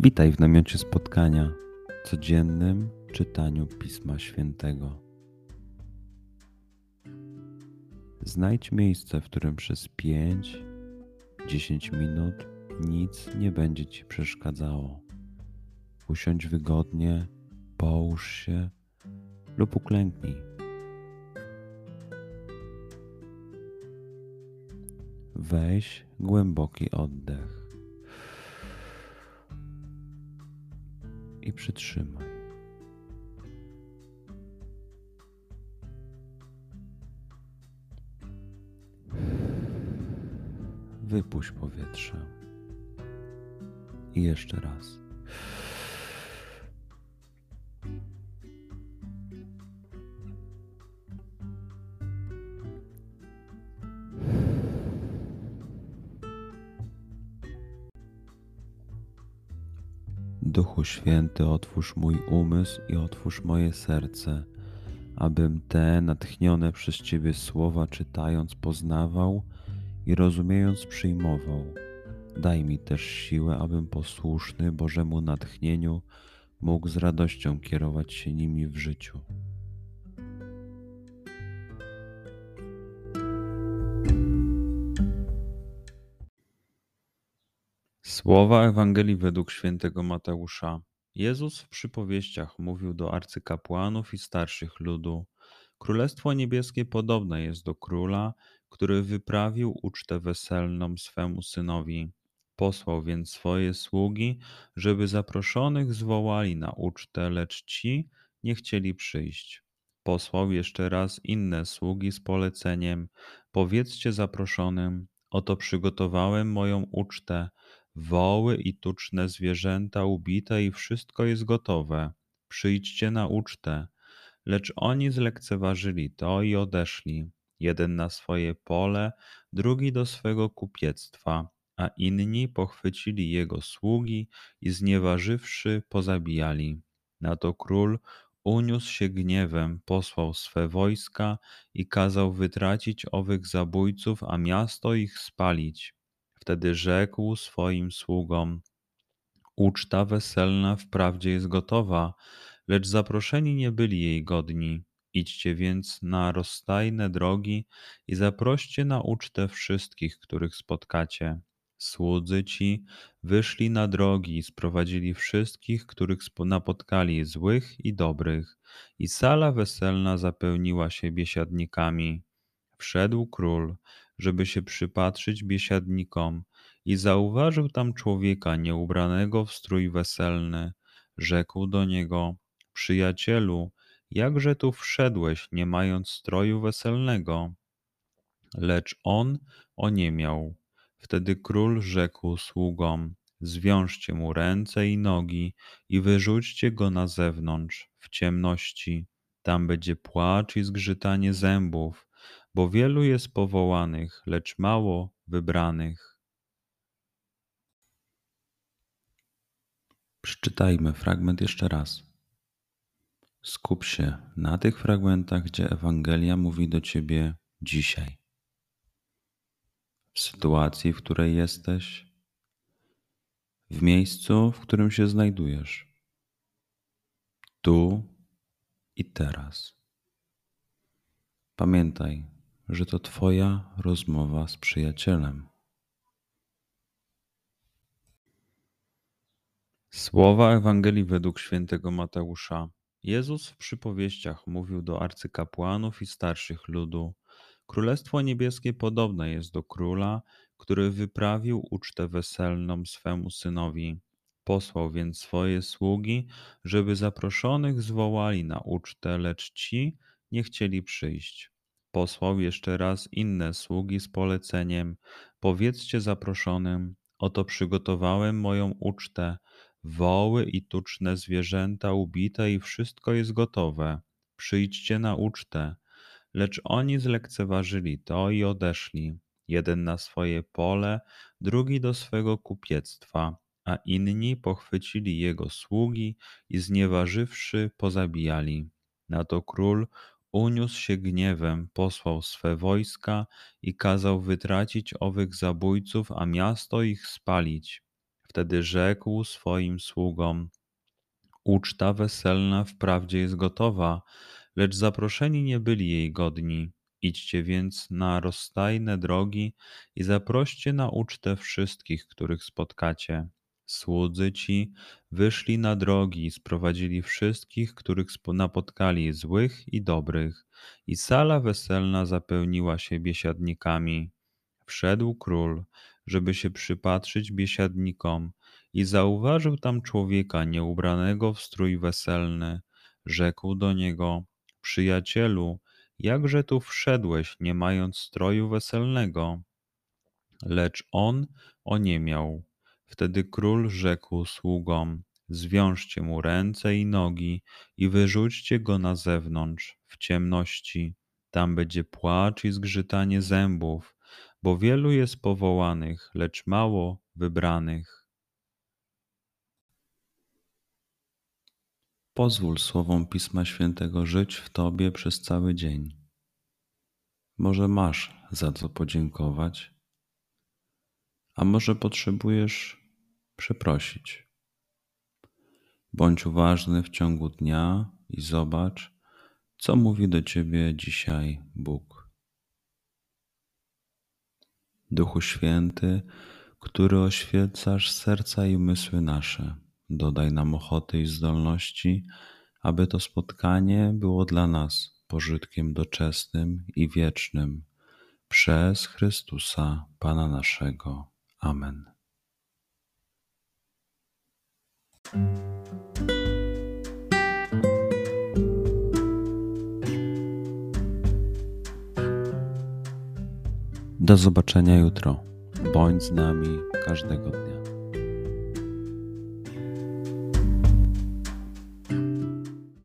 Witaj w namiocie spotkania, codziennym czytaniu Pisma Świętego. Znajdź miejsce, w którym przez 5-10 minut nic nie będzie Ci przeszkadzało. Usiądź wygodnie, połóż się lub uklęknij. Weź głęboki oddech i przytrzymaj. Wypuść powietrze. I jeszcze raz. Duchu Święty, otwórz mój umysł i otwórz moje serce, abym te natchnione przez Ciebie słowa czytając poznawał i rozumiejąc przyjmował. Daj mi też siłę, abym posłuszny Bożemu natchnieniu mógł z radością kierować się nimi w życiu. Słowa Ewangelii według świętego Mateusza. Jezus w przypowieściach mówił do arcykapłanów i starszych ludu: Królestwo niebieskie podobne jest do króla, który wyprawił ucztę weselną swemu synowi. Posłał więc swoje sługi, żeby zaproszonych zwołali na ucztę, lecz ci nie chcieli przyjść. Posłał jeszcze raz inne sługi z poleceniem: Powiedzcie zaproszonym: Oto przygotowałem moją ucztę, woły i tuczne zwierzęta ubite i wszystko jest gotowe. Przyjdźcie na ucztę. Lecz oni zlekceważyli to i odeszli, jeden na swoje pole, drugi do swego kupiectwa, a inni pochwycili jego sługi i znieważywszy pozabijali. Na to król uniósł się gniewem, posłał swe wojska i kazał wytracić owych zabójców, a miasto ich spalić. Wtedy rzekł swoim sługom: Uczta weselna wprawdzie jest gotowa, lecz zaproszeni nie byli jej godni. Idźcie więc na rozstajne drogi i zaproście na ucztę wszystkich, których spotkacie. Słudzy ci wyszli na drogi i sprowadzili wszystkich, których napotkali, złych i dobrych, i sala weselna zapełniła się biesiadnikami. Wszedł król, żeby się przypatrzyć biesiadnikom, i zauważył tam człowieka nieubranego w strój weselny. Rzekł do niego: Przyjacielu, jakże tu wszedłeś, nie mając stroju weselnego? Lecz on oniemiał. Wtedy król rzekł sługom: Zwiążcie mu ręce i nogi i wyrzućcie go na zewnątrz, w ciemności. Tam będzie płacz i zgrzytanie zębów, bo wielu jest powołanych, lecz mało wybranych. Przeczytajmy fragment jeszcze raz. Skup się na tych fragmentach, gdzie Ewangelia mówi do Ciebie dzisiaj. W sytuacji, w której jesteś, w miejscu, w którym się znajdujesz, tu i teraz. Pamiętaj, że to Twoja rozmowa z przyjacielem. Słowa Ewangelii według świętego Mateusza. Jezus w przypowieściach mówił do arcykapłanów i starszych ludu: Królestwo niebieskie podobne jest do króla, który wyprawił ucztę weselną swemu synowi. Posłał więc swoje sługi, żeby zaproszonych zwołali na ucztę, lecz ci nie chcieli przyjść. Posłał jeszcze raz inne sługi z poleceniem: Powiedzcie zaproszonym: Oto przygotowałem moją ucztę, woły i tuczne zwierzęta ubite i wszystko jest gotowe. Przyjdźcie na ucztę. Lecz oni zlekceważyli to i odeszli, jeden na swoje pole, drugi do swego kupiectwa, a inni pochwycili jego sługi i znieważywszy pozabijali. Na to król uniósł się gniewem, posłał swe wojska i kazał wytracić owych zabójców, a miasto ich spalić. Wtedy rzekł swoim sługom: Uczta weselna wprawdzie jest gotowa, lecz zaproszeni nie byli jej godni. Idźcie więc na rozstajne drogi i zaproście na ucztę wszystkich, których spotkacie. Słudzy ci wyszli na drogi i sprowadzili wszystkich, których napotkali, złych i dobrych, i sala weselna zapełniła się biesiadnikami. Wszedł król, żeby się przypatrzyć biesiadnikom, i zauważył tam człowieka nieubranego w strój weselny. Rzekł do niego: Przyjacielu, jakże tu wszedłeś, nie mając stroju weselnego? Lecz on oniemiał. Wtedy król rzekł sługom: Zwiążcie mu ręce i nogi i wyrzućcie go na zewnątrz, w ciemności. Tam będzie płacz i zgrzytanie zębów, bo wielu jest powołanych, lecz mało wybranych. Pozwól słowom Pisma Świętego żyć w Tobie przez cały dzień. Może masz za co podziękować, a może potrzebujesz przeprosić. Bądź uważny w ciągu dnia i zobacz, co mówi do Ciebie dzisiaj Bóg. Duchu Święty, który oświecasz serca i umysły nasze, dodaj nam ochoty i zdolności, aby to spotkanie było dla nas pożytkiem doczesnym i wiecznym. Przez Chrystusa, Pana naszego. Amen. Do zobaczenia jutro. Bądź z nami każdego dnia.